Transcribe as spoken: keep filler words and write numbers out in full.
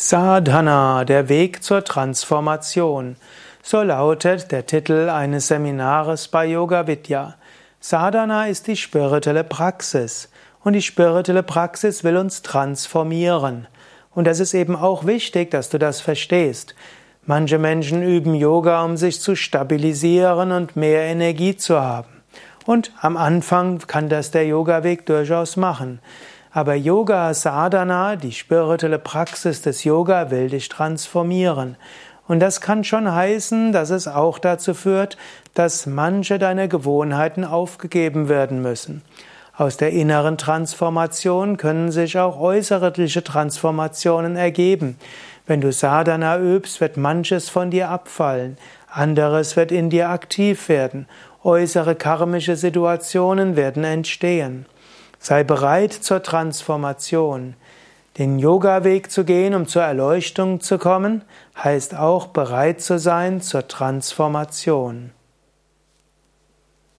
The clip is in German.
Sadhana, der Weg zur Transformation. So lautet der Titel eines Seminares bei Yoga Vidya. Sadhana ist die spirituelle Praxis und die spirituelle Praxis will uns transformieren. Und es ist eben auch wichtig, dass du das verstehst. Manche Menschen üben Yoga, um sich zu stabilisieren und mehr Energie zu haben. Und am Anfang kann das der Yoga-Weg durchaus machen. Aber Yoga Sadhana, die spirituelle Praxis des Yoga, will dich transformieren. Und das kann schon heißen, dass es auch dazu führt, dass manche deiner Gewohnheiten aufgegeben werden müssen. Aus der inneren Transformation können sich auch äußerliche Transformationen ergeben. Wenn du Sadhana übst, wird manches von dir abfallen, anderes wird in dir aktiv werden, äußere karmische Situationen werden entstehen. Sei bereit zur Transformation. Den Yoga-Weg zu gehen, um zur Erleuchtung zu kommen, heißt auch bereit zu sein zur Transformation.